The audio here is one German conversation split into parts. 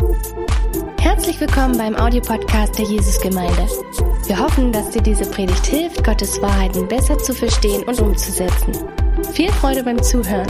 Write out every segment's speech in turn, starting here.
Herzlich willkommen beim Audiopodcast der Jesusgemeinde. Wir hoffen, dass dir diese Predigt hilft, Gottes Wahrheiten besser zu verstehen und umzusetzen. Viel Freude beim Zuhören.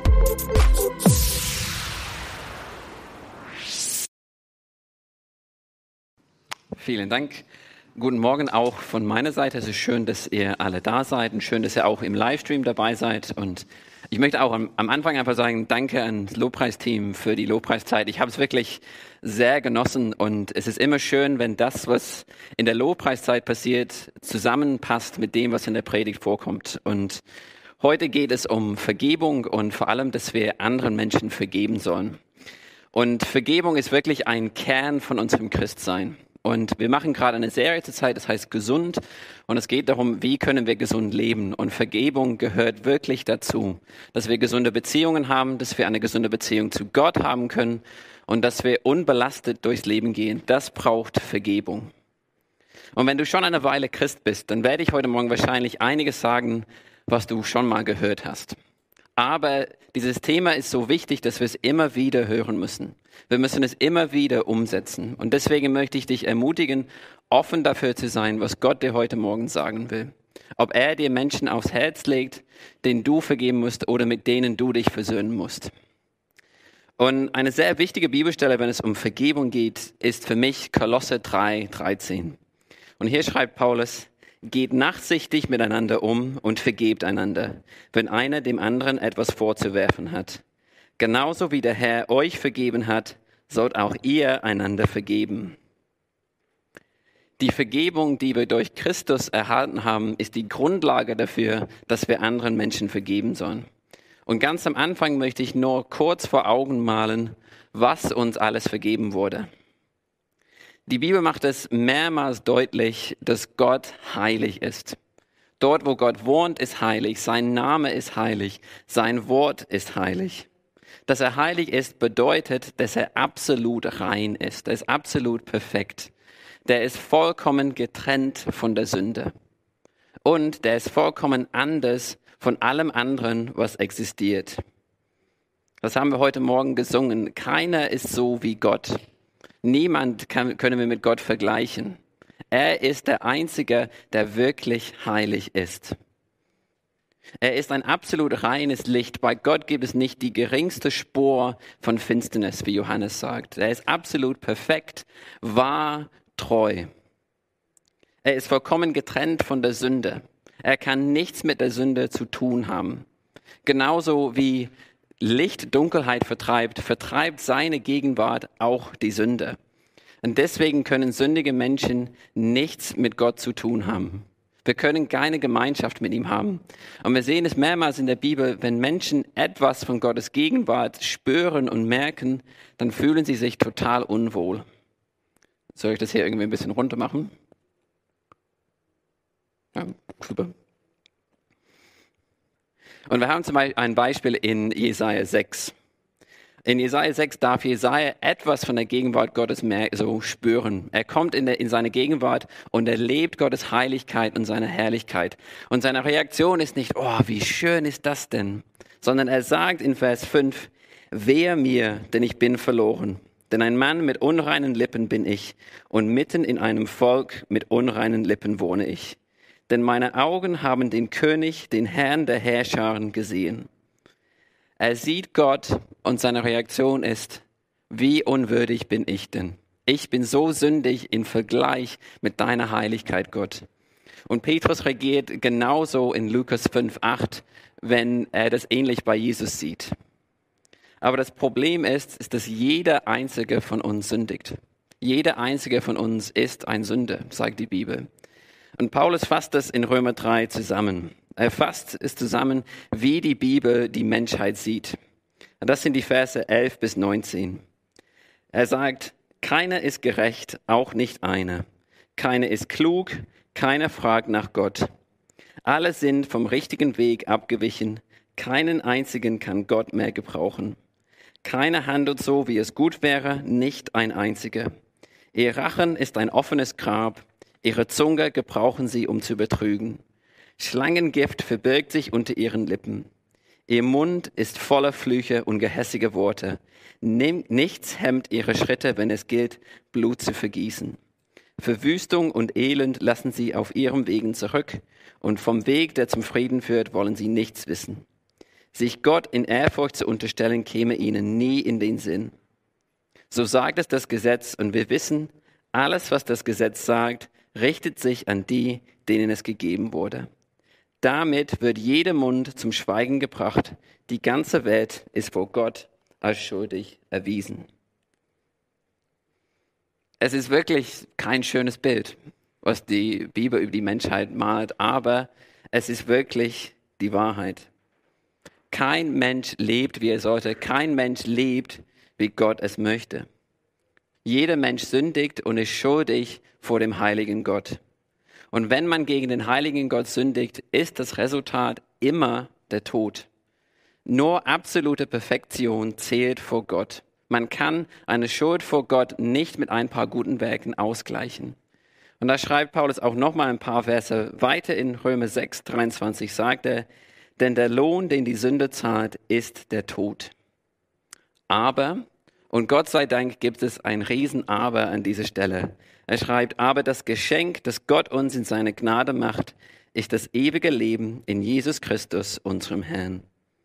Vielen Dank. Guten Morgen auch von meiner Seite. Es ist schön, dass ihr alle da seid und schön, dass ihr auch im Livestream dabei seid. Und ich möchte auch am Anfang einfach sagen, danke ans Lobpreisteam für die Lobpreiszeit. Ich habe es wirklich sehr genossen und es ist immer schön, wenn das, was in der Lobpreiszeit passiert, zusammenpasst mit dem, was in der Predigt vorkommt. Und heute geht es um Vergebung und vor allem, dass wir anderen Menschen vergeben sollen. Und Vergebung ist wirklich ein Kern von unserem Christsein. Und wir machen gerade eine Serie zur Zeit, das heißt Gesund. Und es geht darum, wie können wir gesund leben. Und Vergebung gehört wirklich dazu, dass wir gesunde Beziehungen haben, dass wir eine gesunde Beziehung zu Gott haben können und dass wir unbelastet durchs Leben gehen. Das braucht Vergebung. Und wenn du schon eine Weile Christ bist, dann werde ich heute Morgen wahrscheinlich einiges sagen, was du schon mal gehört hast. Aber dieses Thema ist so wichtig, dass wir es immer wieder hören müssen. Wir müssen es immer wieder umsetzen. Und deswegen möchte ich dich ermutigen, offen dafür zu sein, was Gott dir heute Morgen sagen will. Ob er dir Menschen aufs Herz legt, denen du vergeben musst oder mit denen du dich versöhnen musst. Und eine sehr wichtige Bibelstelle, wenn es um Vergebung geht, ist für mich Kolosser 3,13. Und hier schreibt Paulus: Geht nachsichtig miteinander um und vergebt einander, wenn einer dem anderen etwas vorzuwerfen hat. Genauso wie der Herr euch vergeben hat, sollt auch ihr einander vergeben. Die Vergebung, die wir durch Christus erhalten haben, ist die Grundlage dafür, dass wir anderen Menschen vergeben sollen. Und ganz am Anfang möchte ich nur kurz vor Augen malen, was uns alles vergeben wurde. Die Bibel macht es mehrmals deutlich, dass Gott heilig ist. Dort, wo Gott wohnt, ist heilig. Sein Name ist heilig. Sein Wort ist heilig. Dass er heilig ist, bedeutet, dass er absolut rein ist. Er ist absolut perfekt. Der ist vollkommen getrennt von der Sünde. Und der ist vollkommen anders von allem anderen, was existiert. Das haben wir heute Morgen gesungen. Keiner ist so wie Gott. Niemand können wir mit Gott vergleichen. Er ist der Einzige, der wirklich heilig ist. Er ist ein absolut reines Licht. Bei Gott gibt es nicht die geringste Spur von Finsternis, wie Johannes sagt. Er ist absolut perfekt, wahr, treu. Er ist vollkommen getrennt von der Sünde. Er kann nichts mit der Sünde zu tun haben. Genauso wie Licht Dunkelheit vertreibt, vertreibt seine Gegenwart auch die Sünde. Und deswegen können sündige Menschen nichts mit Gott zu tun haben. Wir können keine Gemeinschaft mit ihm haben. Und wir sehen es mehrmals in der Bibel, wenn Menschen etwas von Gottes Gegenwart spüren und merken, dann fühlen sie sich total unwohl. Soll ich das hier irgendwie ein bisschen runter machen? Ja, super. Und wir haben zum Beispiel ein Beispiel in Jesaja 6. In Jesaja 6 darf Jesaja etwas von der Gegenwart Gottes mehr so spüren. Er kommt in seine Gegenwart und erlebt Gottes Heiligkeit und seine Herrlichkeit. Und seine Reaktion ist nicht, oh, wie schön ist das denn? Sondern er sagt in Vers 5, wehe mir, denn ich bin verloren. Denn ein Mann mit unreinen Lippen bin ich und mitten in einem Volk mit unreinen Lippen wohne ich. Denn meine Augen haben den König, den Herrn der Heerscharen gesehen. Er sieht Gott und seine Reaktion ist, wie unwürdig bin ich denn? Ich bin so sündig im Vergleich mit deiner Heiligkeit, Gott. Und Petrus reagiert genauso in Lukas 5,8, wenn er das ähnlich bei Jesus sieht. Aber das Problem ist, dass jeder einzige von uns sündigt. Jeder einzige von uns ist ein Sünder, sagt die Bibel. Und Paulus fasst das in Römer 3 zusammen. Er fasst es zusammen, wie die Bibel die Menschheit sieht. Und das sind die Verse 11 bis 19. Er sagt, keiner ist gerecht, auch nicht einer. Keiner ist klug, keiner fragt nach Gott. Alle sind vom richtigen Weg abgewichen. Keinen einzigen kann Gott mehr gebrauchen. Keiner handelt so, wie es gut wäre, nicht ein einziger. Ihr Rachen ist ein offenes Grab. Ihre Zunge gebrauchen sie, um zu betrügen. Schlangengift verbirgt sich unter ihren Lippen. Ihr Mund ist voller Flüche und gehässige Worte. Nichts hemmt ihre Schritte, wenn es gilt, Blut zu vergießen. Verwüstung und Elend lassen sie auf ihrem Wegen zurück, und vom Weg, der zum Frieden führt, wollen sie nichts wissen. Sich Gott in Ehrfurcht zu unterstellen, käme ihnen nie in den Sinn. So sagt es das Gesetz, und wir wissen, alles, was das Gesetz sagt, richtet sich an die, denen es gegeben wurde. Damit wird jeder Mund zum Schweigen gebracht. Die ganze Welt ist vor Gott als schuldig erwiesen. Es ist wirklich kein schönes Bild, was die Bibel über die Menschheit malt, aber es ist wirklich die Wahrheit. Kein Mensch lebt, wie er sollte. Kein Mensch lebt, wie Gott es möchte. Jeder Mensch sündigt und ist schuldig vor dem heiligen Gott. Und wenn man gegen den heiligen Gott sündigt, ist das Resultat immer der Tod. Nur absolute Perfektion zählt vor Gott. Man kann eine Schuld vor Gott nicht mit ein paar guten Werken ausgleichen. Und da schreibt Paulus auch nochmal ein paar Verse weiter in Römer 6, 23 sagt er, denn der Lohn, den die Sünde zahlt, ist der Tod. Aber, und Gott sei Dank gibt es ein Riesen-Aber an dieser Stelle. Er schreibt, aber das Geschenk, das Gott uns in seine Gnade macht, ist das ewige Leben in Jesus Christus, unserem Herrn.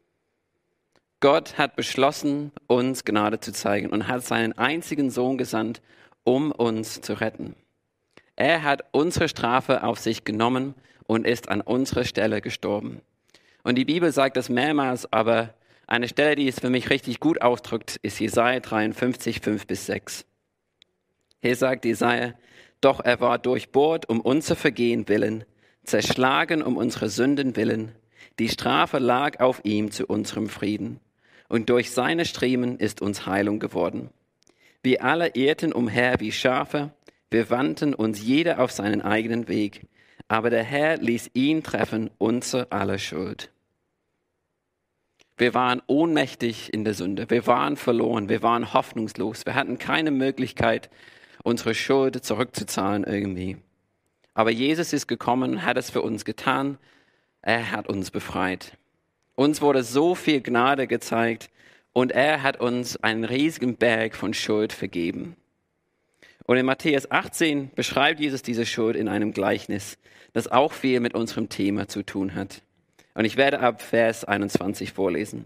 Gott hat beschlossen, uns Gnade zu zeigen und hat seinen einzigen Sohn gesandt, um uns zu retten. Er hat unsere Strafe auf sich genommen und ist an unserer Stelle gestorben. Und die Bibel sagt das mehrmals, aber eine Stelle, die es für mich richtig gut ausdrückt, ist Jesaja 53, 5-6. Hier sagt Jesaja, doch er war durchbohrt um unser Vergehen willen, zerschlagen um unsere Sünden willen. Die Strafe lag auf ihm zu unserem Frieden. Und durch seine Striemen ist uns Heilung geworden. Wir alle irrten umher wie Schafe, wir wandten uns jeder auf seinen eigenen Weg. Aber der Herr ließ ihn treffen, unser aller Schuld. Wir waren ohnmächtig in der Sünde, wir waren verloren, wir waren hoffnungslos, wir hatten keine Möglichkeit, unsere Schuld zurückzuzahlen irgendwie. Aber Jesus ist gekommen und hat es für uns getan. Er hat uns befreit. Uns wurde so viel Gnade gezeigt und er hat uns einen riesigen Berg von Schuld vergeben. Und in Matthäus 18 beschreibt Jesus diese Schuld in einem Gleichnis, das auch viel mit unserem Thema zu tun hat. Und ich werde ab Vers 21 vorlesen.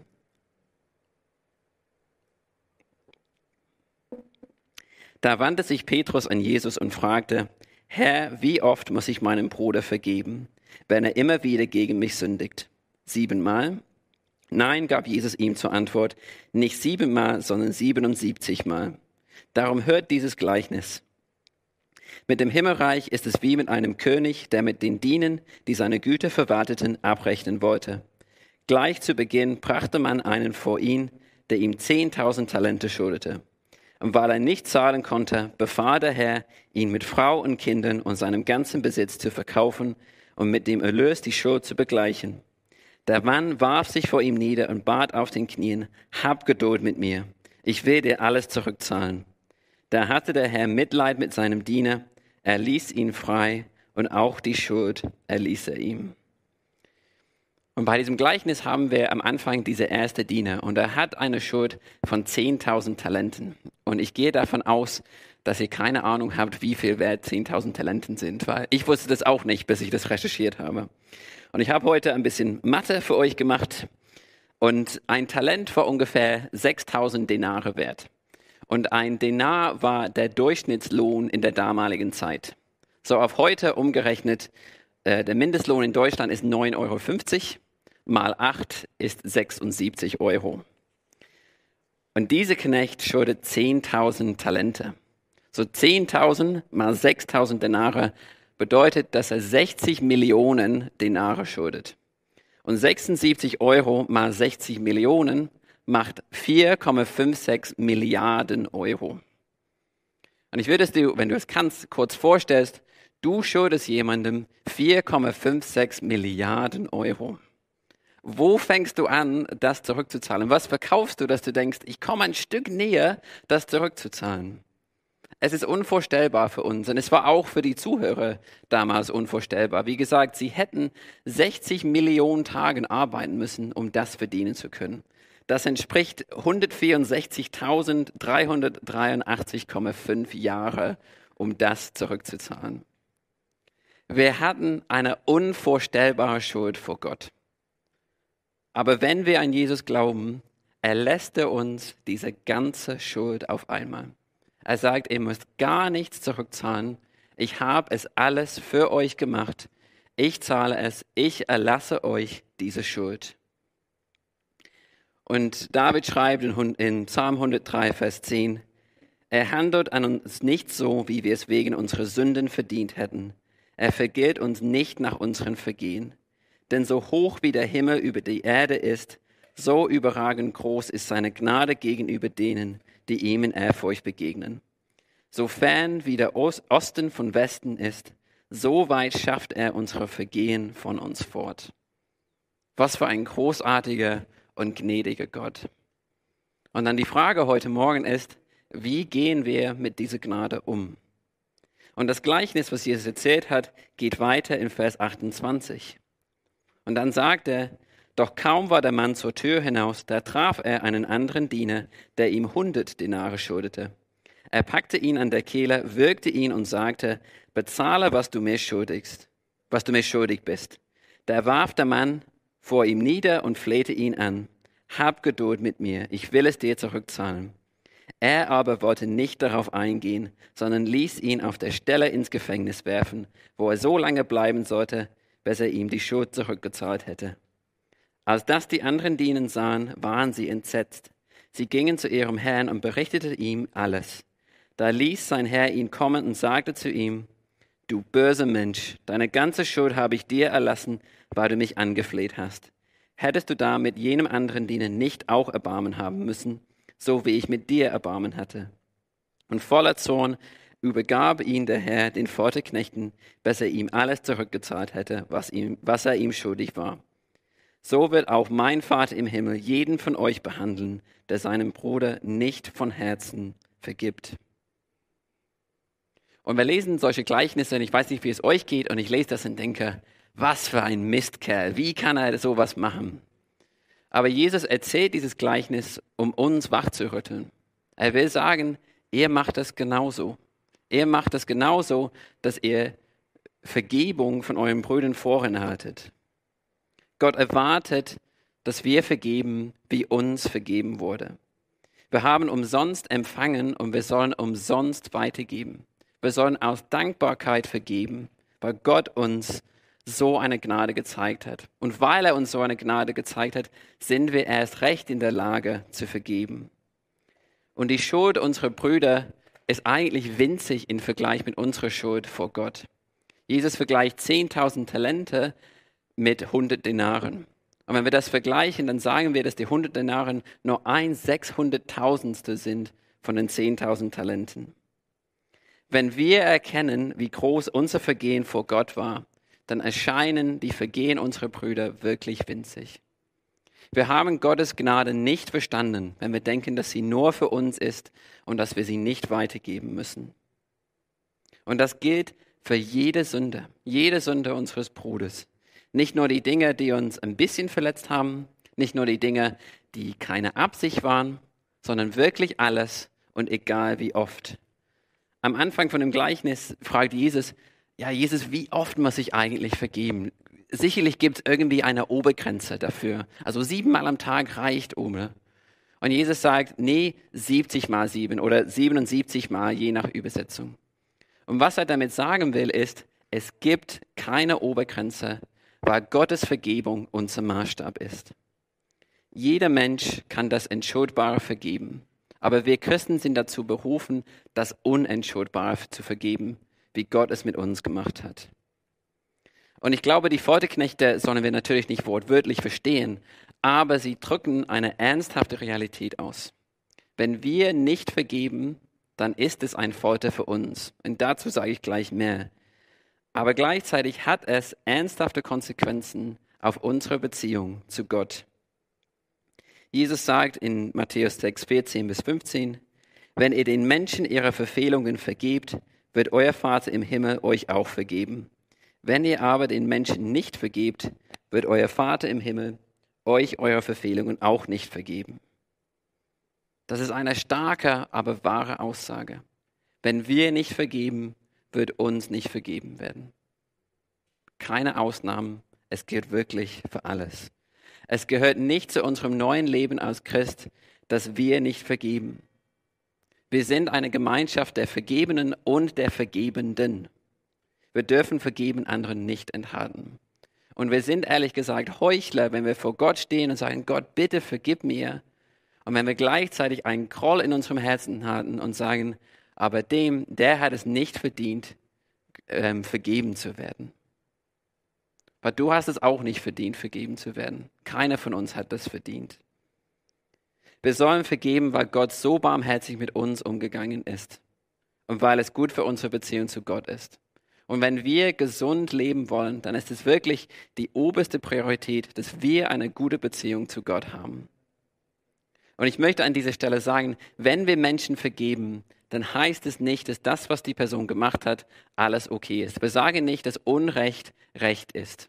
Da wandte sich Petrus an Jesus und fragte, Herr, wie oft muss ich meinem Bruder vergeben, wenn er immer wieder gegen mich sündigt? 7-mal? Nein, gab Jesus ihm zur Antwort, nicht 7-mal, sondern 77-mal. Darum hört dieses Gleichnis. Mit dem Himmelreich ist es wie mit einem König, der mit den Dienern, die seine Güter verwalteten, abrechnen wollte. Gleich zu Beginn brachte man einen vor ihn, der ihm 10.000 Talente schuldete. Und weil er nicht zahlen konnte, befahl der Herr, ihn mit Frau und Kindern und seinem ganzen Besitz zu verkaufen und mit dem Erlös die Schuld zu begleichen. Der Mann warf sich vor ihm nieder und bat auf den Knien, hab Geduld mit mir, ich will dir alles zurückzahlen. Da hatte der Herr Mitleid mit seinem Diener, er ließ ihn frei und auch die Schuld erließ er ihm. Und bei diesem Gleichnis haben wir am Anfang diese erste Diener und er hat eine Schuld von 10.000 Talenten. Und ich gehe davon aus, dass ihr keine Ahnung habt, wie viel wert 10.000 Talenten sind, weil ich wusste das auch nicht, bis ich das recherchiert habe. Und ich habe heute ein bisschen Mathe für euch gemacht und ein Talent war ungefähr 6.000 Denare wert. Und ein Denar war der Durchschnittslohn in der damaligen Zeit. So auf heute umgerechnet, der Mindestlohn in Deutschland ist 9,50 € mal 8 ist 76 €. Und dieser Knecht schuldet 10.000 Talente. So 10.000 mal 6.000 Denare bedeutet, dass er 60 Millionen Denare schuldet. Und 76 € mal 60 Millionen macht 4,56 Milliarden €. Und ich würde es dir, wenn du es kannst, kurz vorstellst, du schuldest jemandem 4,56 Milliarden €. Wo fängst du an, das zurückzuzahlen? Was verkaufst du, dass du denkst, ich komme ein Stück näher, das zurückzuzahlen? Es ist unvorstellbar für uns und es war auch für die Zuhörer damals unvorstellbar. Wie gesagt, sie hätten 60 Millionen Tagen arbeiten müssen, um das verdienen zu können. Das entspricht 164.383,5 Jahre, um das zurückzuzahlen. Wir hatten eine unvorstellbare Schuld vor Gott. Aber wenn wir an Jesus glauben, erlässt er uns diese ganze Schuld auf einmal. Er sagt, ihr müsst gar nichts zurückzahlen. Ich habe es alles für euch gemacht. Ich zahle es. Ich erlasse euch diese Schuld. Und David schreibt in Psalm 103, Vers 10, er handelt an uns nicht so, wie wir es wegen unserer Sünden verdient hätten. Er vergilt uns nicht nach unseren Vergehen. Denn so hoch wie der Himmel über die Erde ist, so überragend groß ist seine Gnade gegenüber denen, die ihm in Ehrfurcht begegnen. So fern wie der Osten von Westen ist, so weit schafft er unsere Vergehen von uns fort. Was für ein großartiger und gnädiger Gott. Und dann die Frage heute Morgen ist, wie gehen wir mit dieser Gnade um? Und das Gleichnis, was Jesus erzählt hat, geht weiter in Vers 28. Und dann sagt er, doch kaum war der Mann zur Tür hinaus, da traf er einen anderen Diener, der ihm 100 Denare schuldete. Er packte ihn an der Kehle, würgte ihn und sagte, bezahle, was du mir schuldig bist. Da warf der Mann vor ihm nieder und flehte ihn an. Hab Geduld mit mir, ich will es dir zurückzahlen. Er aber wollte nicht darauf eingehen, sondern ließ ihn auf der Stelle ins Gefängnis werfen, wo er so lange bleiben sollte, bis er ihm die Schuld zurückgezahlt hätte. Als das die anderen Diener sahen, waren sie entsetzt. Sie gingen zu ihrem Herrn und berichteten ihm alles. Da ließ sein Herr ihn kommen und sagte zu ihm, du böser Mensch, deine ganze Schuld habe ich dir erlassen, weil du mich angefleht hast. Hättest du da mit jenem anderen Diener nicht auch Erbarmen haben müssen, so wie ich mit dir Erbarmen hatte? Und voller Zorn übergab ihn der Herr den Folterknechten, bis er ihm alles zurückgezahlt hätte, was er ihm schuldig war. So wird auch mein Vater im Himmel jeden von euch behandeln, der seinem Bruder nicht von Herzen vergibt. Und wir lesen solche Gleichnisse, und ich weiß nicht, wie es euch geht, und ich lese das und denke, was für ein Mistkerl, wie kann er sowas machen? Aber Jesus erzählt dieses Gleichnis, um uns wachzurütteln. Er will sagen, ihr macht das genauso. Ihr macht das genauso, dass ihr Vergebung von euren Brüdern vorenthaltet. Gott erwartet, dass wir vergeben, wie uns vergeben wurde. Wir haben umsonst empfangen und wir sollen umsonst weitergeben. Wir sollen aus Dankbarkeit vergeben, weil Gott uns so eine Gnade gezeigt hat. Und weil er uns so eine Gnade gezeigt hat, sind wir erst recht in der Lage zu vergeben. Und die Schuld unserer Brüder ist eigentlich winzig im Vergleich mit unserer Schuld vor Gott. Jesus vergleicht 10.000 Talente mit 100 Denaren. Und wenn wir das vergleichen, dann sagen wir, dass die 100 Denaren nur 1/600.000 sind von den 10.000 Talenten. Wenn wir erkennen, wie groß unser Vergehen vor Gott war, dann erscheinen die Vergehen unserer Brüder wirklich winzig. Wir haben Gottes Gnade nicht verstanden, wenn wir denken, dass sie nur für uns ist und dass wir sie nicht weitergeben müssen. Und das gilt für jede Sünde unseres Bruders. Nicht nur die Dinge, die uns ein bisschen verletzt haben, nicht nur die Dinge, die keine Absicht waren, sondern wirklich alles und egal wie oft. Am Anfang von dem Gleichnis fragt Jesus, ja Jesus, wie oft muss ich eigentlich vergeben? Sicherlich gibt es irgendwie eine Obergrenze dafür. Also 7-mal am Tag reicht, oder? Und Jesus sagt, nee, 70 mal 7 oder 77 mal, je nach Übersetzung. Und was er damit sagen will, ist, es gibt keine Obergrenze, weil Gottes Vergebung unser Maßstab ist. Jeder Mensch kann das Entschuldbare vergeben, aber wir Christen sind dazu berufen, das Unentschuldbare zu vergeben, wie Gott es mit uns gemacht hat. Und ich glaube, die Folterknechte sollen wir natürlich nicht wortwörtlich verstehen, aber sie drücken eine ernsthafte Realität aus. Wenn wir nicht vergeben, dann ist es ein Folter für uns. Und dazu sage ich gleich mehr. Aber gleichzeitig hat es ernsthafte Konsequenzen auf unsere Beziehung zu Gott. Jesus sagt in Matthäus 6, 14 bis 15, Wenn ihr den Menschen ihre Verfehlungen vergebt, wird euer Vater im Himmel euch auch vergeben. Wenn ihr aber den Menschen nicht vergebt, wird euer Vater im Himmel euch eure Verfehlungen auch nicht vergeben. Das ist eine starke, aber wahre Aussage. Wenn wir nicht vergeben, wird uns nicht vergeben werden. Keine Ausnahmen, es gilt wirklich für alles. Es gehört nicht zu unserem neuen Leben als Christ, dass wir nicht vergeben. Wir sind eine Gemeinschaft der Vergebenen und der Vergebenden. Wir dürfen Vergeben anderen nicht enthalten. Und wir sind ehrlich gesagt Heuchler, wenn wir vor Gott stehen und sagen, Gott, bitte vergib mir. Und wenn wir gleichzeitig einen Groll in unserem Herzen haben und sagen, aber der hat es nicht verdient, vergeben zu werden. Aber du hast es auch nicht verdient, vergeben zu werden. Keiner von uns hat das verdient. Wir sollen vergeben, weil Gott so barmherzig mit uns umgegangen ist und weil es gut für unsere Beziehung zu Gott ist. Und wenn wir gesund leben wollen, dann ist es wirklich die oberste Priorität, dass wir eine gute Beziehung zu Gott haben. Und ich möchte an dieser Stelle sagen, wenn wir Menschen vergeben, dann heißt es nicht, dass das, was die Person gemacht hat, alles okay ist. Wir sagen nicht, dass Unrecht Recht ist.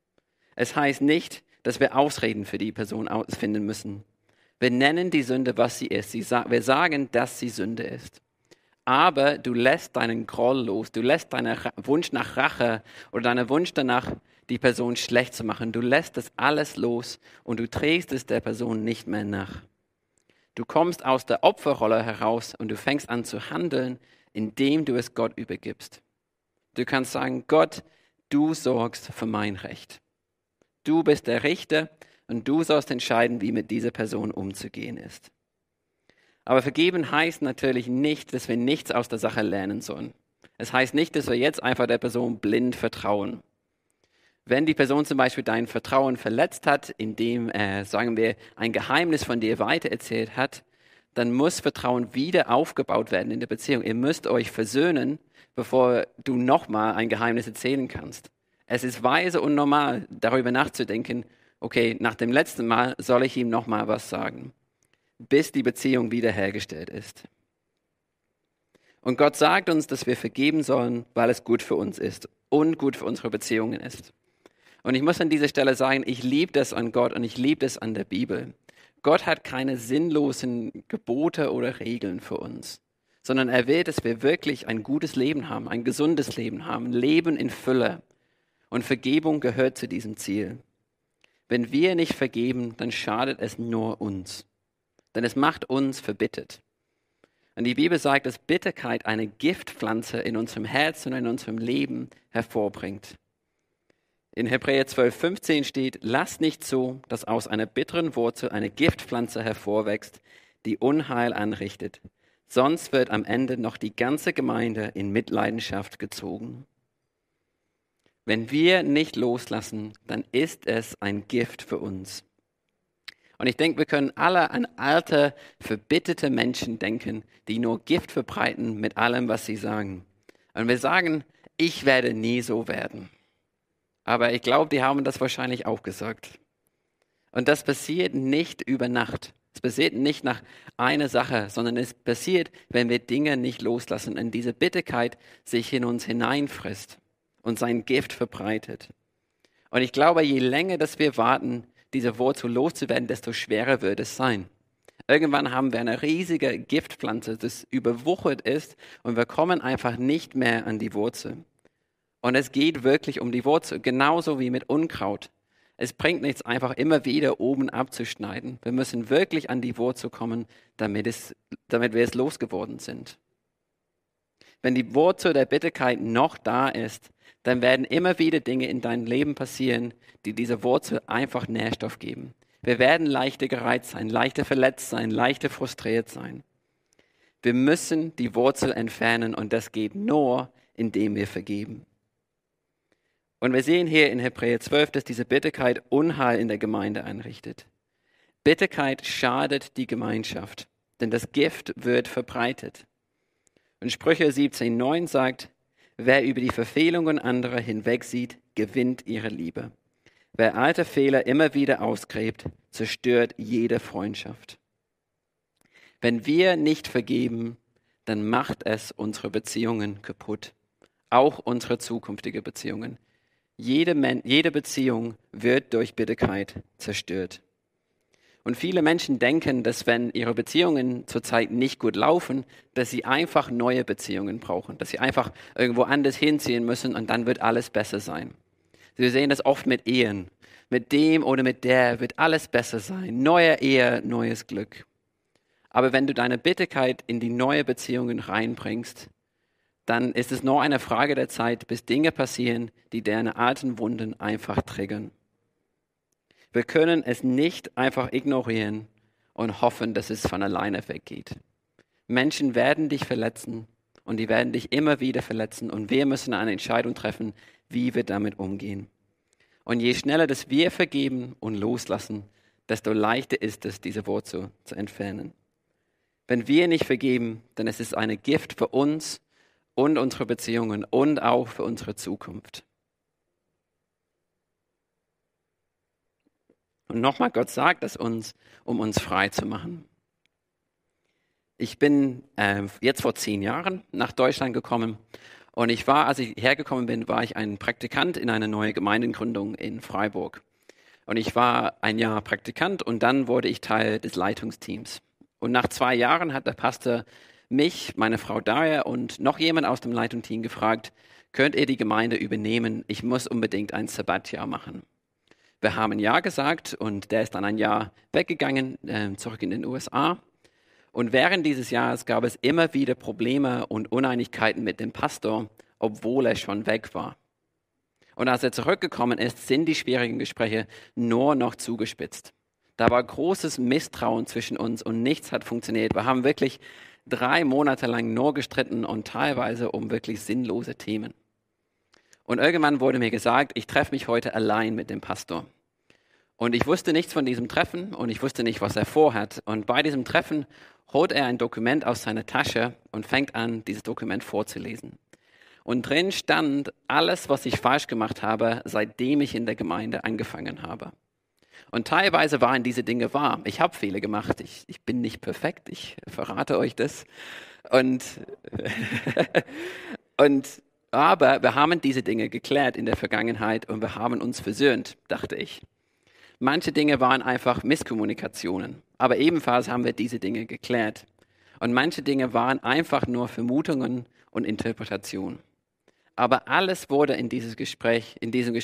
Es heißt nicht, dass wir Ausreden für die Person finden müssen. Wir nennen die Sünde, was sie ist. Wir sagen, dass sie Sünde ist. Aber du lässt deinen Groll los, du lässt deinen Wunsch nach Rache oder deinen Wunsch danach, die Person schlecht zu machen. Du lässt das alles los und du trägst es der Person nicht mehr nach. Du kommst aus der Opferrolle heraus und du fängst an zu handeln, indem du es Gott übergibst. Du kannst sagen, Gott, du sorgst für mein Recht. Du bist der Richter und du sollst entscheiden, wie mit dieser Person umzugehen ist. Aber vergeben heißt natürlich nicht, dass wir nichts aus der Sache lernen sollen. Es heißt nicht, dass wir jetzt einfach der Person blind vertrauen. Wenn die Person zum Beispiel dein Vertrauen verletzt hat, indem sagen wir, ein Geheimnis von dir weitererzählt hat, dann muss Vertrauen wieder aufgebaut werden in der Beziehung. Ihr müsst euch versöhnen, bevor du nochmal ein Geheimnis erzählen kannst. Es ist weise und normal, darüber nachzudenken, okay, nach dem letzten Mal soll ich ihm nochmal was sagen, bis die Beziehung wiederhergestellt ist. Und Gott sagt uns, dass wir vergeben sollen, weil es gut für uns ist und gut für unsere Beziehungen ist. Und ich muss an dieser Stelle sagen, ich liebe das an Gott und ich liebe das an der Bibel. Gott hat keine sinnlosen Gebote oder Regeln für uns, sondern er will, dass wir wirklich ein gutes Leben haben, ein gesundes Leben haben, Leben in Fülle. Und Vergebung gehört zu diesem Ziel. Wenn wir nicht vergeben, dann schadet es nur uns, denn es macht uns verbittert. Und die Bibel sagt, dass Bitterkeit eine Giftpflanze in unserem Herzen und in unserem Leben hervorbringt. In Hebräer 12,15 steht, lasst nicht zu, dass aus einer bitteren Wurzel eine Giftpflanze hervorwächst, die Unheil anrichtet. Sonst wird am Ende noch die ganze Gemeinde in Mitleidenschaft gezogen. Wenn wir nicht loslassen, dann ist es ein Gift für uns. Und ich denke, wir können alle an alte, verbitterte Menschen denken, die nur Gift verbreiten mit allem, was sie sagen. Und wir sagen, ich werde nie so werden. Aber ich glaube, die haben das wahrscheinlich auch gesagt. Und das passiert nicht über Nacht. Es passiert nicht nach einer Sache, sondern es passiert, wenn wir Dinge nicht loslassen und diese Bitterkeit sich in uns hineinfrisst und sein Gift verbreitet. Und ich glaube, je länger, dass wir warten, diese Wurzel loszuwerden, desto schwerer wird es sein. Irgendwann haben wir eine riesige Giftpflanze, das überwuchert ist und wir kommen einfach nicht mehr an die Wurzel. Und es geht wirklich um die Wurzel, genauso wie mit Unkraut. Es bringt nichts, einfach immer wieder oben abzuschneiden. Wir müssen wirklich an die Wurzel kommen, damit wir es losgeworden sind. Wenn die Wurzel der Bitterkeit noch da ist, dann werden immer wieder Dinge in deinem Leben passieren, die dieser Wurzel einfach Nährstoff geben. Wir werden leichter gereizt sein, leichter verletzt sein, leichter frustriert sein. Wir müssen die Wurzel entfernen und das geht nur, indem wir vergeben. Und wir sehen hier in Hebräer 12, dass diese Bitterkeit Unheil in der Gemeinde anrichtet. Bitterkeit schadet die Gemeinschaft, denn das Gift wird verbreitet. Und Sprüche 17,9 sagt, wer über die Verfehlungen anderer hinwegsieht, gewinnt ihre Liebe. Wer alte Fehler immer wieder ausgräbt, zerstört jede Freundschaft. Wenn wir nicht vergeben, dann macht es unsere Beziehungen kaputt. Auch unsere zukünftige Beziehungen. Jede Beziehung wird durch Bitterkeit zerstört. Und viele Menschen denken, dass wenn ihre Beziehungen zurzeit nicht gut laufen, dass sie einfach neue Beziehungen brauchen, dass sie einfach irgendwo anders hinziehen müssen und dann wird alles besser sein. Wir sehen das oft mit Ehen. Mit dem oder mit der wird alles besser sein. Neue Ehe, neues Glück. Aber wenn du deine Bitterkeit in die neue Beziehungen reinbringst, dann ist es nur eine Frage der Zeit, bis Dinge passieren, die deine alten Wunden einfach triggern. Wir können es nicht einfach ignorieren und hoffen, dass es von alleine weggeht. Menschen werden dich verletzen und die werden dich immer wieder verletzen und wir müssen eine Entscheidung treffen, wie wir damit umgehen. Und je schneller das wir vergeben und loslassen, desto leichter ist es, diese Wurzel zu entfernen. Wenn wir nicht vergeben, dann ist es eine Gift für uns und unsere Beziehungen und auch für unsere Zukunft. Und nochmal, Gott sagt es uns, um uns frei zu machen. Ich bin jetzt vor 10 Jahren nach Deutschland gekommen und als ich hergekommen bin, war ich ein Praktikant in einer neuen Gemeindegründung in Freiburg. Und ich war ein Jahr Praktikant und dann wurde ich Teil des Leitungsteams. Und nach 2 Jahren hat der Pastor mich, meine Frau Daria und noch jemand aus dem Leitungsteam gefragt, könnt ihr die Gemeinde übernehmen? Ich muss unbedingt ein Sabbatjahr machen. Wir haben Ja gesagt und der ist dann ein Jahr weggegangen, zurück in den USA. Und während dieses Jahres gab es immer wieder Probleme und Uneinigkeiten mit dem Pastor, obwohl er schon weg war. Und als er zurückgekommen ist, sind die schwierigen Gespräche nur noch zugespitzt. Da war großes Misstrauen zwischen uns und nichts hat funktioniert. Wir haben wirklich 3 Monate lang nur gestritten und teilweise um wirklich sinnlose Themen. Und irgendwann wurde mir gesagt, ich treffe mich heute allein mit dem Pastor. Und ich wusste nichts von diesem Treffen und ich wusste nicht, was er vorhat. Und bei diesem Treffen holt er ein Dokument aus seiner Tasche und fängt an, dieses Dokument vorzulesen. Und drin stand alles, was ich falsch gemacht habe, seitdem ich in der Gemeinde angefangen habe. Und teilweise waren diese Dinge wahr. Ich habe Fehler gemacht. Ich bin nicht perfekt. Ich verrate euch das. Aber wir haben diese Dinge geklärt in der Vergangenheit und wir haben uns versöhnt, dachte ich. Manche Dinge waren einfach Misskommunikationen. Aber ebenfalls haben wir diese Dinge geklärt. Und manche Dinge waren einfach nur Vermutungen und Interpretationen. Aber alles wurde in diesem Gespräch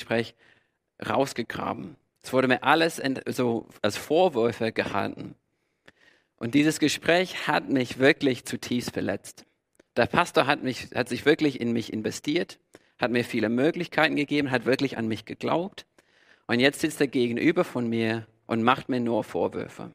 rausgegraben. Es wurde mir alles so als Vorwürfe gehalten. Und dieses Gespräch hat mich wirklich zutiefst verletzt. Der Pastor hat sich wirklich in mich investiert, hat mir viele Möglichkeiten gegeben, hat wirklich an mich geglaubt. Und jetzt sitzt er gegenüber von mir und macht mir nur Vorwürfe.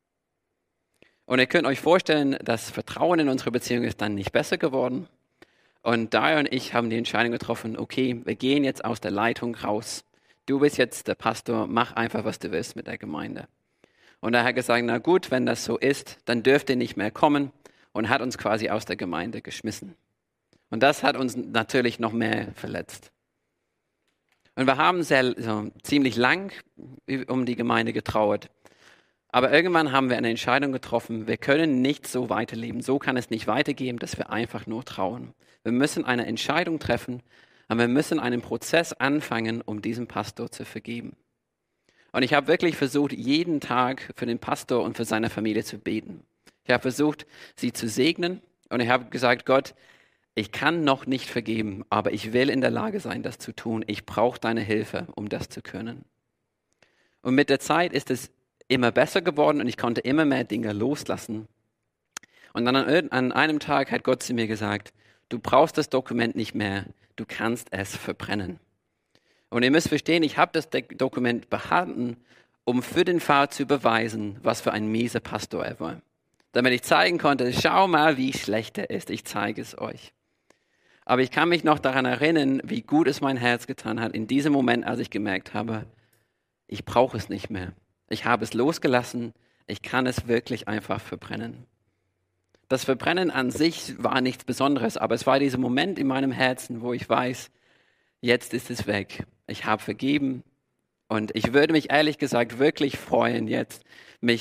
Und ihr könnt euch vorstellen, das Vertrauen in unsere Beziehung ist dann nicht besser geworden. Und Daria und ich haben die Entscheidung getroffen, okay, wir gehen jetzt aus der Leitung raus. Du bist jetzt der Pastor, mach einfach, was du willst mit der Gemeinde. Und er hat gesagt, na gut, wenn das so ist, dann dürft ihr nicht mehr kommen und hat uns quasi aus der Gemeinde geschmissen. Und das hat uns natürlich noch mehr verletzt. Und wir haben ziemlich lang um die Gemeinde getrauert. Aber irgendwann haben wir eine Entscheidung getroffen, wir können nicht so weiterleben. So kann es nicht weitergehen, dass wir einfach nur trauen. Wir müssen eine Entscheidung treffen, und wir müssen einen Prozess anfangen, um diesem Pastor zu vergeben. Und ich habe wirklich versucht, jeden Tag für den Pastor und für seine Familie zu beten. Ich habe versucht, sie zu segnen und ich habe gesagt, Gott, ich kann noch nicht vergeben, aber ich will in der Lage sein, das zu tun. Ich brauche deine Hilfe, um das zu können. Und mit der Zeit ist es immer besser geworden und ich konnte immer mehr Dinge loslassen. Und dann an einem Tag hat Gott zu mir gesagt, du brauchst das Dokument nicht mehr, du kannst es verbrennen. Und ihr müsst verstehen, ich habe das Dokument behalten, um für den Fall zu beweisen, was für ein mieser Pastor er war. Damit ich zeigen konnte, schau mal, wie schlecht er ist, ich zeige es euch. Aber ich kann mich noch daran erinnern, wie gut es mein Herz getan hat, in diesem Moment, als ich gemerkt habe, ich brauche es nicht mehr. Ich habe es losgelassen, ich kann es wirklich einfach verbrennen. Das Verbrennen an sich war nichts Besonderes, aber es war dieser Moment in meinem Herzen, wo ich weiß, jetzt ist es weg. Ich habe vergeben und ich würde mich ehrlich gesagt wirklich freuen, jetzt mich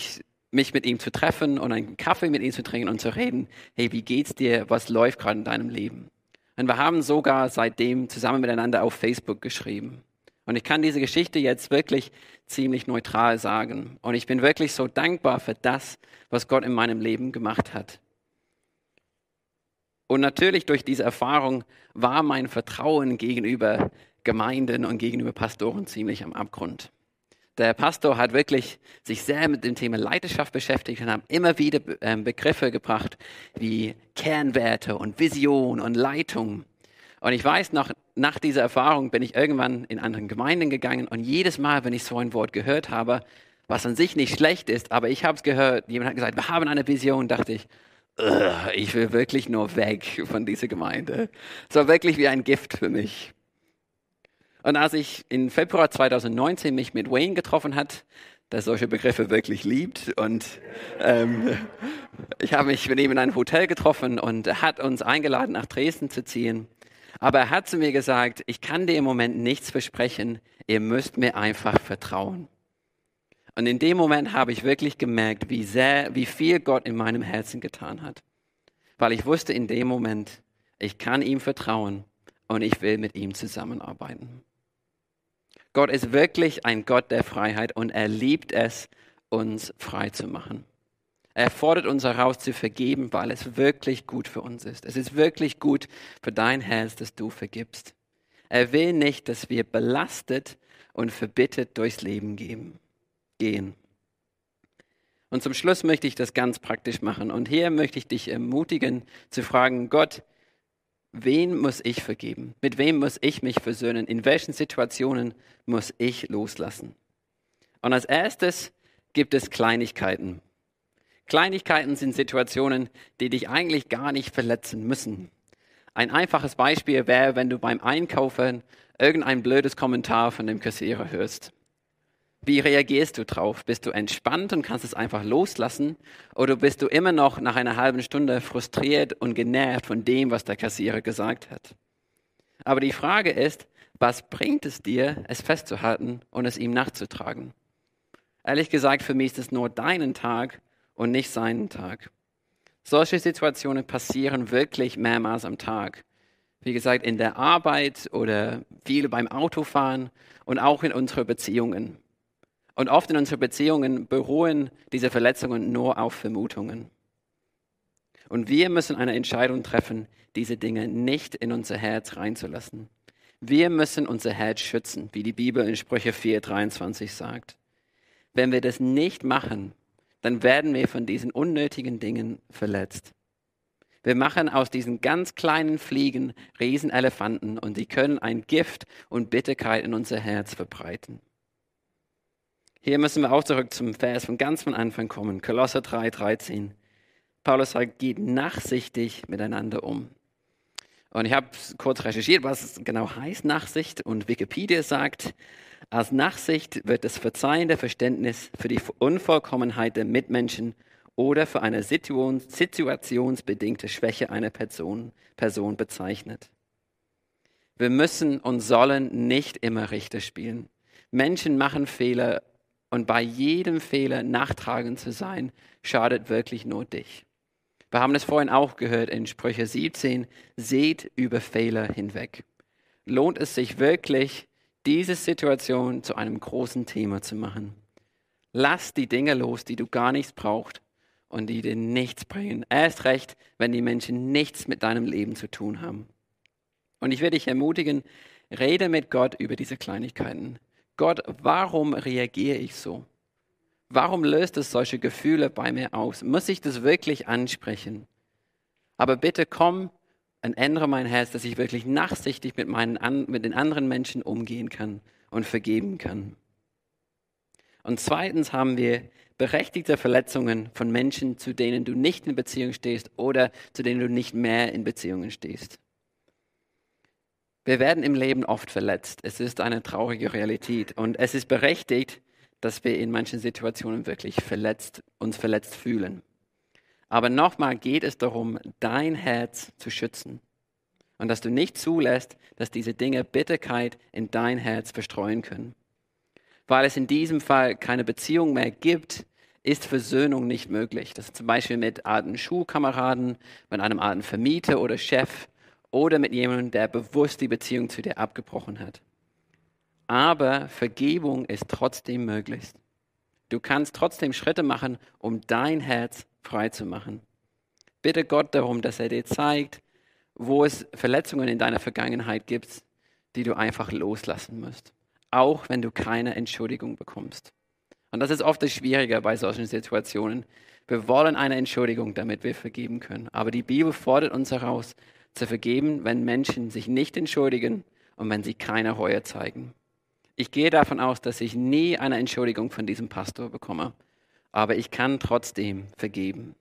mich mit ihm zu treffen und einen Kaffee mit ihm zu trinken und zu reden, hey, wie geht's dir, was läuft gerade in deinem Leben? Und wir haben sogar seitdem zusammen miteinander auf Facebook geschrieben. Und ich kann diese Geschichte jetzt wirklich ziemlich neutral sagen. Und ich bin wirklich so dankbar für das, was Gott in meinem Leben gemacht hat. Und natürlich durch diese Erfahrung war mein Vertrauen gegenüber Gemeinden und gegenüber Pastoren ziemlich am Abgrund. Der Pastor hat wirklich sich sehr mit dem Thema Leiterschaft beschäftigt und hat immer wieder Begriffe gebracht wie Kernwerte und Vision und Leitung. Und ich weiß, nach dieser Erfahrung bin ich irgendwann in anderen Gemeinden gegangen und jedes Mal, wenn ich so ein Wort gehört habe, was an sich nicht schlecht ist, aber ich habe es gehört, jemand hat gesagt, wir haben eine Vision, dachte ich will wirklich nur weg von dieser Gemeinde. Es war wirklich wie ein Gift für mich. Und als ich im Februar 2019 mich mit Wayne getroffen hat, der solche Begriffe wirklich liebt, und ich habe mich mit ihm in einem Hotel getroffen und er hat uns eingeladen, nach Dresden zu ziehen. Aber er hat zu mir gesagt, ich kann dir im Moment nichts versprechen, ihr müsst mir einfach vertrauen. Und in dem Moment habe ich wirklich gemerkt, wie viel Gott in meinem Herzen getan hat. Weil ich wusste in dem Moment, ich kann ihm vertrauen und ich will mit ihm zusammenarbeiten. Gott ist wirklich ein Gott der Freiheit und er liebt es, uns frei zu machen. Er fordert uns heraus zu vergeben, weil es wirklich gut für uns ist. Es ist wirklich gut für dein Herz, dass du vergibst. Er will nicht, dass wir belastet und verbittert durchs Leben gehen. Und zum Schluss möchte ich das ganz praktisch machen. Und hier möchte ich dich ermutigen zu fragen, Gott, wen muss ich vergeben? Mit wem muss ich mich versöhnen? In welchen Situationen muss ich loslassen? Und als erstes gibt es Kleinigkeiten. Kleinigkeiten sind Situationen, die dich eigentlich gar nicht verletzen müssen. Ein einfaches Beispiel wäre, wenn du beim Einkaufen irgendein blödes Kommentar von dem Kassierer hörst. Wie reagierst du drauf? Bist du entspannt und kannst es einfach loslassen? Oder bist du immer noch nach einer halben Stunde frustriert und genervt von dem, was der Kassierer gesagt hat? Aber die Frage ist, was bringt es dir, es festzuhalten und es ihm nachzutragen? Ehrlich gesagt, für mich ist es nur deinen Tag und nicht seinen Tag. Solche Situationen passieren wirklich mehrmals am Tag. Wie gesagt, in der Arbeit oder viele beim Autofahren und auch in unseren Beziehungen. Und oft in unseren Beziehungen beruhen diese Verletzungen nur auf Vermutungen. Und wir müssen eine Entscheidung treffen, diese Dinge nicht in unser Herz reinzulassen. Wir müssen unser Herz schützen, wie die Bibel in Sprüche 4,23 sagt. Wenn wir das nicht machen, dann werden wir von diesen unnötigen Dingen verletzt. Wir machen aus diesen ganz kleinen Fliegen Riesenelefanten und sie können ein Gift und Bitterkeit in unser Herz verbreiten. Hier müssen wir auch zurück zum Vers von ganz von Anfang kommen, Kolosser 3,13. Paulus sagt, geht nachsichtig miteinander um. Und ich habe kurz recherchiert, was es genau heißt, Nachsicht. Und Wikipedia sagt, als Nachsicht wird das verzeihende Verständnis für die Unvollkommenheit der Mitmenschen oder für eine situationsbedingte Schwäche einer Person bezeichnet. Wir müssen und sollen nicht immer Richter spielen. Menschen machen Fehler und bei jedem Fehler nachtragend zu sein, schadet wirklich nur dich. Wir haben es vorhin auch gehört in Sprüche 17, seht über Fehler hinweg. Lohnt es sich wirklich, diese Situation zu einem großen Thema zu machen? Lass die Dinge los, die du gar nichts brauchst und die dir nichts bringen. Erst recht, wenn die Menschen nichts mit deinem Leben zu tun haben. Und ich würde dich ermutigen, rede mit Gott über diese Kleinigkeiten. Gott, warum reagiere ich so? Warum löst es solche Gefühle bei mir aus? Muss ich das wirklich ansprechen? Aber bitte komm und ändere mein Herz, dass ich wirklich nachsichtig mit den anderen Menschen umgehen kann und vergeben kann. Und zweitens haben wir berechtigte Verletzungen von Menschen, zu denen du nicht in Beziehung stehst oder zu denen du nicht mehr in Beziehungen stehst. Wir werden im Leben oft verletzt. Es ist eine traurige Realität und es ist berechtigt, dass wir in manchen Situationen wirklich uns verletzt fühlen. Aber nochmal geht es darum, dein Herz zu schützen und dass du nicht zulässt, dass diese Dinge Bitterkeit in dein Herz verstreuen können. Weil es in diesem Fall keine Beziehung mehr gibt, ist Versöhnung nicht möglich. Das ist zum Beispiel mit alten Schulkameraden, mit einem alten Vermieter oder Chef oder mit jemandem, der bewusst die Beziehung zu dir abgebrochen hat. Aber Vergebung ist trotzdem möglich. Du kannst trotzdem Schritte machen, um dein Herz frei zu machen. Bitte Gott darum, dass er dir zeigt, wo es Verletzungen in deiner Vergangenheit gibt, die du einfach loslassen musst. Auch wenn du keine Entschuldigung bekommst. Und das ist oft das Schwierige bei solchen Situationen. Wir wollen eine Entschuldigung, damit wir vergeben können. Aber die Bibel fordert uns heraus, zu vergeben, wenn Menschen sich nicht entschuldigen und wenn sie keine Reue zeigen. Ich gehe davon aus, dass ich nie eine Entschuldigung von diesem Pastor bekomme. Aber ich kann trotzdem vergeben.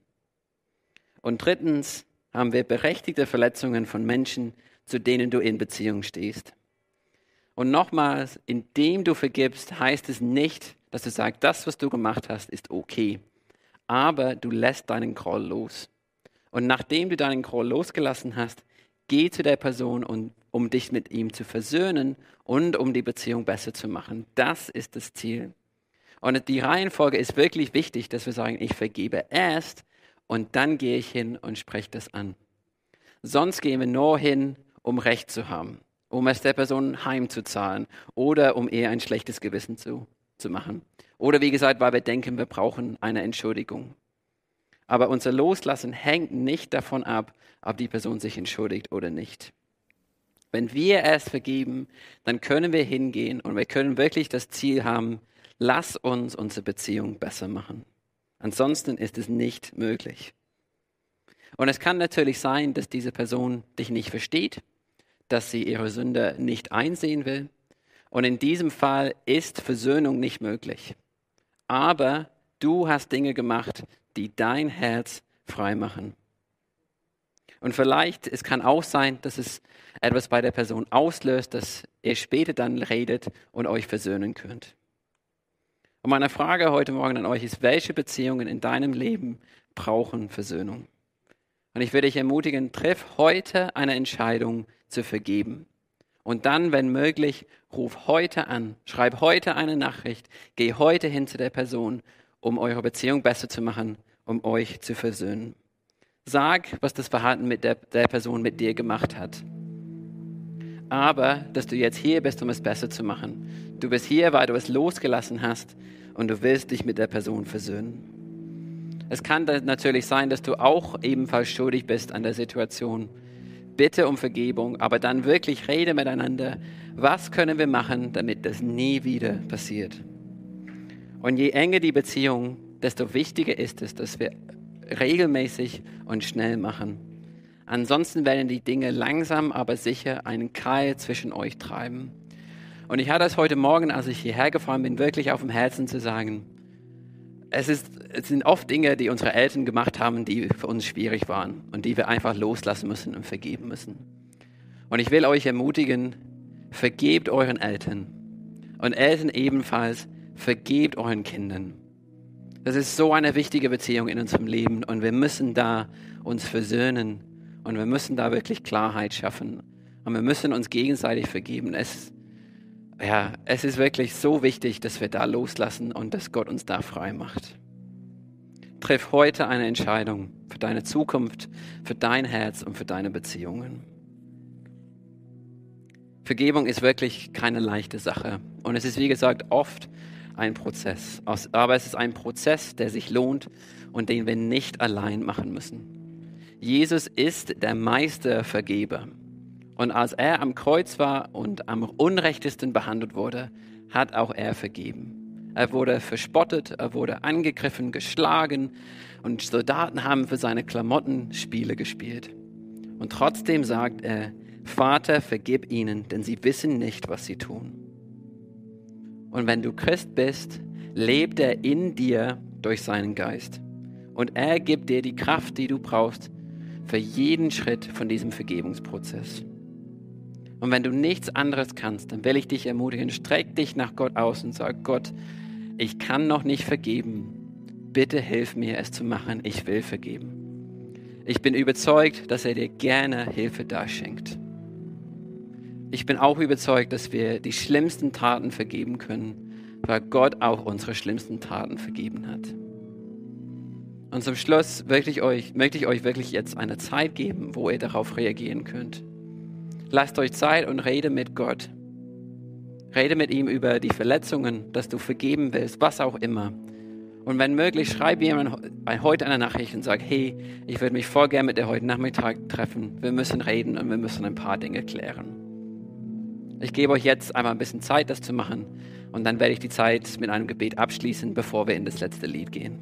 Und drittens haben wir berechtigte Verletzungen von Menschen, zu denen du in Beziehung stehst. Und nochmals, indem du vergibst, heißt es nicht, dass du sagst, das, was du gemacht hast, ist okay. Aber du lässt deinen Groll los. Und nachdem du deinen Groll losgelassen hast, geh zu der Person, um dich mit ihm zu versöhnen und um die Beziehung besser zu machen. Das ist das Ziel. Und die Reihenfolge ist wirklich wichtig, dass wir sagen, ich vergebe erst und dann gehe ich hin und spreche das an. Sonst gehen wir nur hin, um Recht zu haben, um es der Person heimzuzahlen oder um ihr ein schlechtes Gewissen zu machen. Oder wie gesagt, weil wir denken, wir brauchen eine Entschuldigung. Aber unser Loslassen hängt nicht davon ab, ob die Person sich entschuldigt oder nicht. Wenn wir erst vergeben, dann können wir hingehen und wir können wirklich das Ziel haben, lass uns unsere Beziehung besser machen. Ansonsten ist es nicht möglich. Und es kann natürlich sein, dass diese Person dich nicht versteht, dass sie ihre Sünde nicht einsehen will. Und in diesem Fall ist Versöhnung nicht möglich. Aber du hast Dinge gemacht, die dein Herz frei machen. Und vielleicht, es kann auch sein, dass es etwas bei der Person auslöst, dass ihr später dann redet und euch versöhnen könnt. Und meine Frage heute Morgen an euch ist, welche Beziehungen in deinem Leben brauchen Versöhnung? Und ich würde dich ermutigen, triff heute eine Entscheidung zu vergeben. Und dann, wenn möglich, ruf heute an, schreib heute eine Nachricht, geh heute hin zu der Person, um eure Beziehung besser zu machen, um euch zu versöhnen. Sag, was das Verhalten mit der Person mit dir gemacht hat. Aber, dass du jetzt hier bist, um es besser zu machen. Du bist hier, weil du es losgelassen hast und du willst dich mit der Person versöhnen. Es kann natürlich sein, dass du auch ebenfalls schuldig bist an der Situation. Bitte um Vergebung, aber dann wirklich rede miteinander. Was können wir machen, damit das nie wieder passiert? Und je enger die Beziehung, desto wichtiger ist es, dass wir regelmäßig und schnell machen. Ansonsten werden die Dinge langsam, aber sicher einen Keil zwischen euch treiben. Und ich hatte es heute Morgen, als ich hierher gefahren bin, wirklich auf dem Herzen zu sagen, es sind oft Dinge, die unsere Eltern gemacht haben, die für uns schwierig waren und die wir einfach loslassen müssen und vergeben müssen. Und ich will euch ermutigen, vergebt euren Eltern und Eltern ebenfalls, vergebt euren Kindern. Das ist so eine wichtige Beziehung in unserem Leben und wir müssen da uns versöhnen und wir müssen da wirklich Klarheit schaffen und wir müssen uns gegenseitig vergeben. Es ist wirklich so wichtig, dass wir da loslassen und dass Gott uns da frei macht. Triff heute eine Entscheidung für deine Zukunft, für dein Herz und für deine Beziehungen. Vergebung ist wirklich keine leichte Sache und es ist, wie gesagt, oft ein Prozess. Aber es ist ein Prozess, der sich lohnt und den wir nicht allein machen müssen. Jesus ist der Meistervergeber. Und als er am Kreuz war und am unrechtesten behandelt wurde, hat auch er vergeben. Er wurde verspottet, er wurde angegriffen, geschlagen und Soldaten haben für seine Klamotten Spiele gespielt. Und trotzdem sagt er, Vater, vergib ihnen, denn sie wissen nicht, was sie tun. Und wenn du Christ bist, lebt er in dir durch seinen Geist. Und er gibt dir die Kraft, die du brauchst, für jeden Schritt von diesem Vergebungsprozess. Und wenn du nichts anderes kannst, dann will ich dich ermutigen, streck dich nach Gott aus und sag, Gott, ich kann noch nicht vergeben. Bitte hilf mir, es zu machen. Ich will vergeben. Ich bin überzeugt, dass er dir gerne Hilfe darschenkt. Ich bin auch überzeugt, dass wir die schlimmsten Taten vergeben können, weil Gott auch unsere schlimmsten Taten vergeben hat. Und zum Schluss möchte ich euch wirklich jetzt eine Zeit geben, wo ihr darauf reagieren könnt. Lasst euch Zeit und rede mit Gott. Rede mit ihm über die Verletzungen, dass du vergeben willst, was auch immer. Und wenn möglich, schreib jemand heute eine Nachricht und sag, hey, ich würde mich voll gerne mit dir heute Nachmittag treffen. Wir müssen reden und wir müssen ein paar Dinge klären. Ich gebe euch jetzt einmal ein bisschen Zeit, das zu machen. Und dann werde ich die Zeit mit einem Gebet abschließen, bevor wir in das letzte Lied gehen.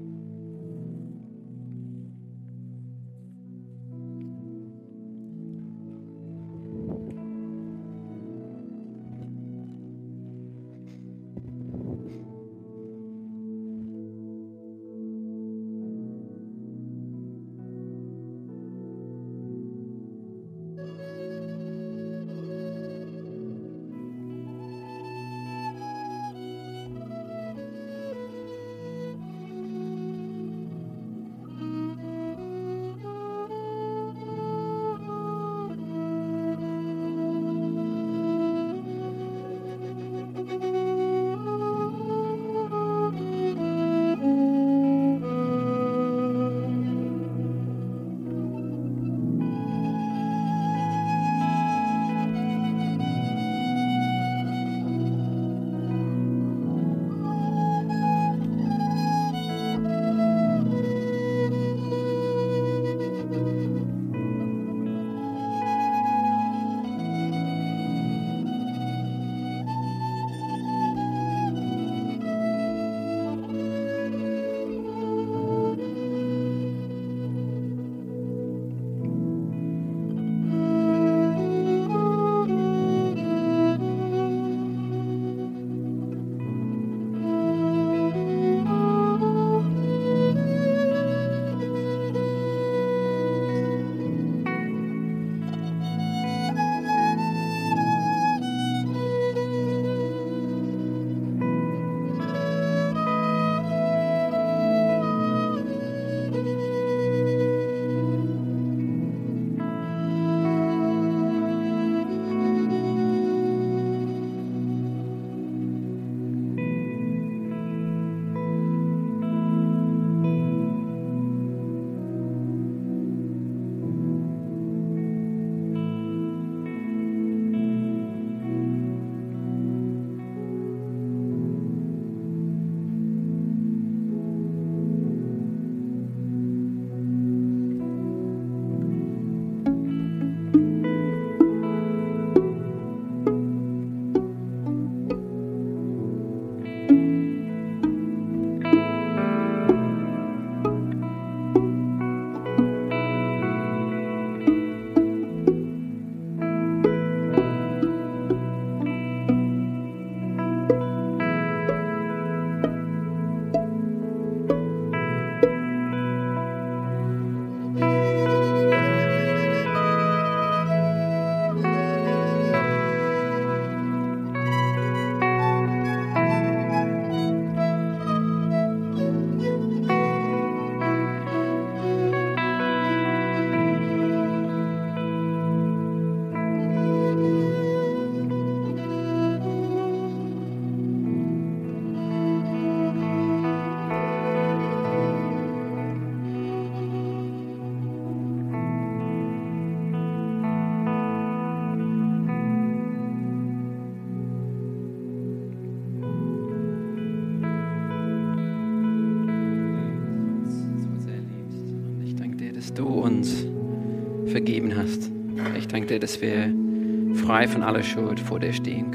du uns vergeben hast. Ich danke dir, dass wir frei von aller Schuld vor dir stehen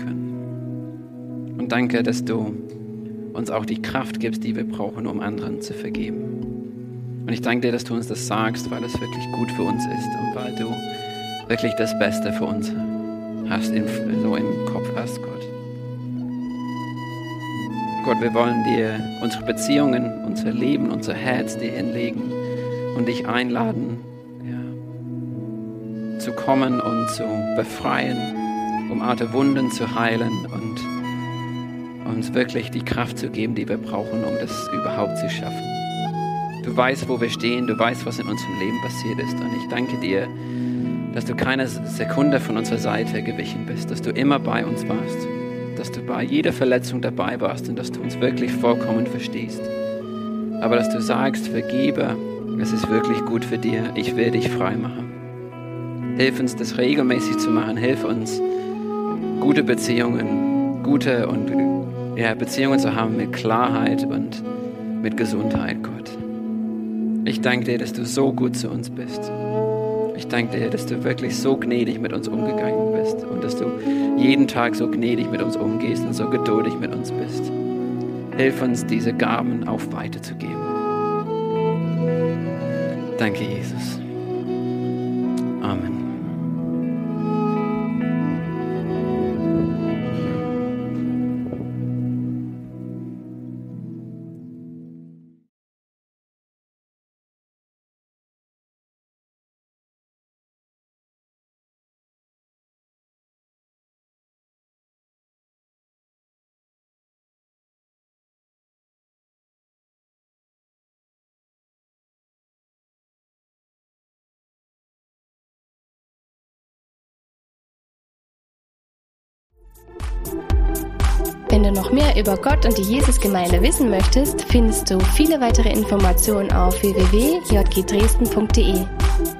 können. Und danke, dass du uns auch die Kraft gibst, die wir brauchen, um anderen zu vergeben. Und ich danke dir, dass du uns das sagst, weil es wirklich gut für uns ist und weil du wirklich das Beste für uns hast, so im Kopf hast, Gott. Gott, wir wollen dir unsere Beziehungen, unser Leben, unser Herz dir hinlegen und dich einladen, zu kommen und zu befreien, um alte Wunden zu heilen und uns wirklich die Kraft zu geben, die wir brauchen, um das überhaupt zu schaffen. Du weißt, wo wir stehen, du weißt, was in unserem Leben passiert ist. Und ich danke dir, dass du keine Sekunde von unserer Seite gewichen bist, dass du immer bei uns warst, dass du bei jeder Verletzung dabei warst und dass du uns wirklich vollkommen verstehst. aber dass du sagst, vergebe, es ist wirklich gut für dich, ich will dich frei machen. Hilf uns, das regelmäßig zu machen. Hilf uns, gute Beziehungen, Beziehungen zu haben mit Klarheit und mit Gesundheit, Gott. Ich danke dir, dass du so gut zu uns bist. Ich danke dir, dass du wirklich so gnädig mit uns umgegangen bist und dass du jeden Tag so gnädig mit uns umgehst und so geduldig mit uns bist. Hilf uns, diese Gaben auch weiterzugeben. Danke, Jesus. Amen. Wenn du noch mehr über Gott und die Jesusgemeinde wissen möchtest, findest du viele weitere Informationen auf www.jgdresden.de.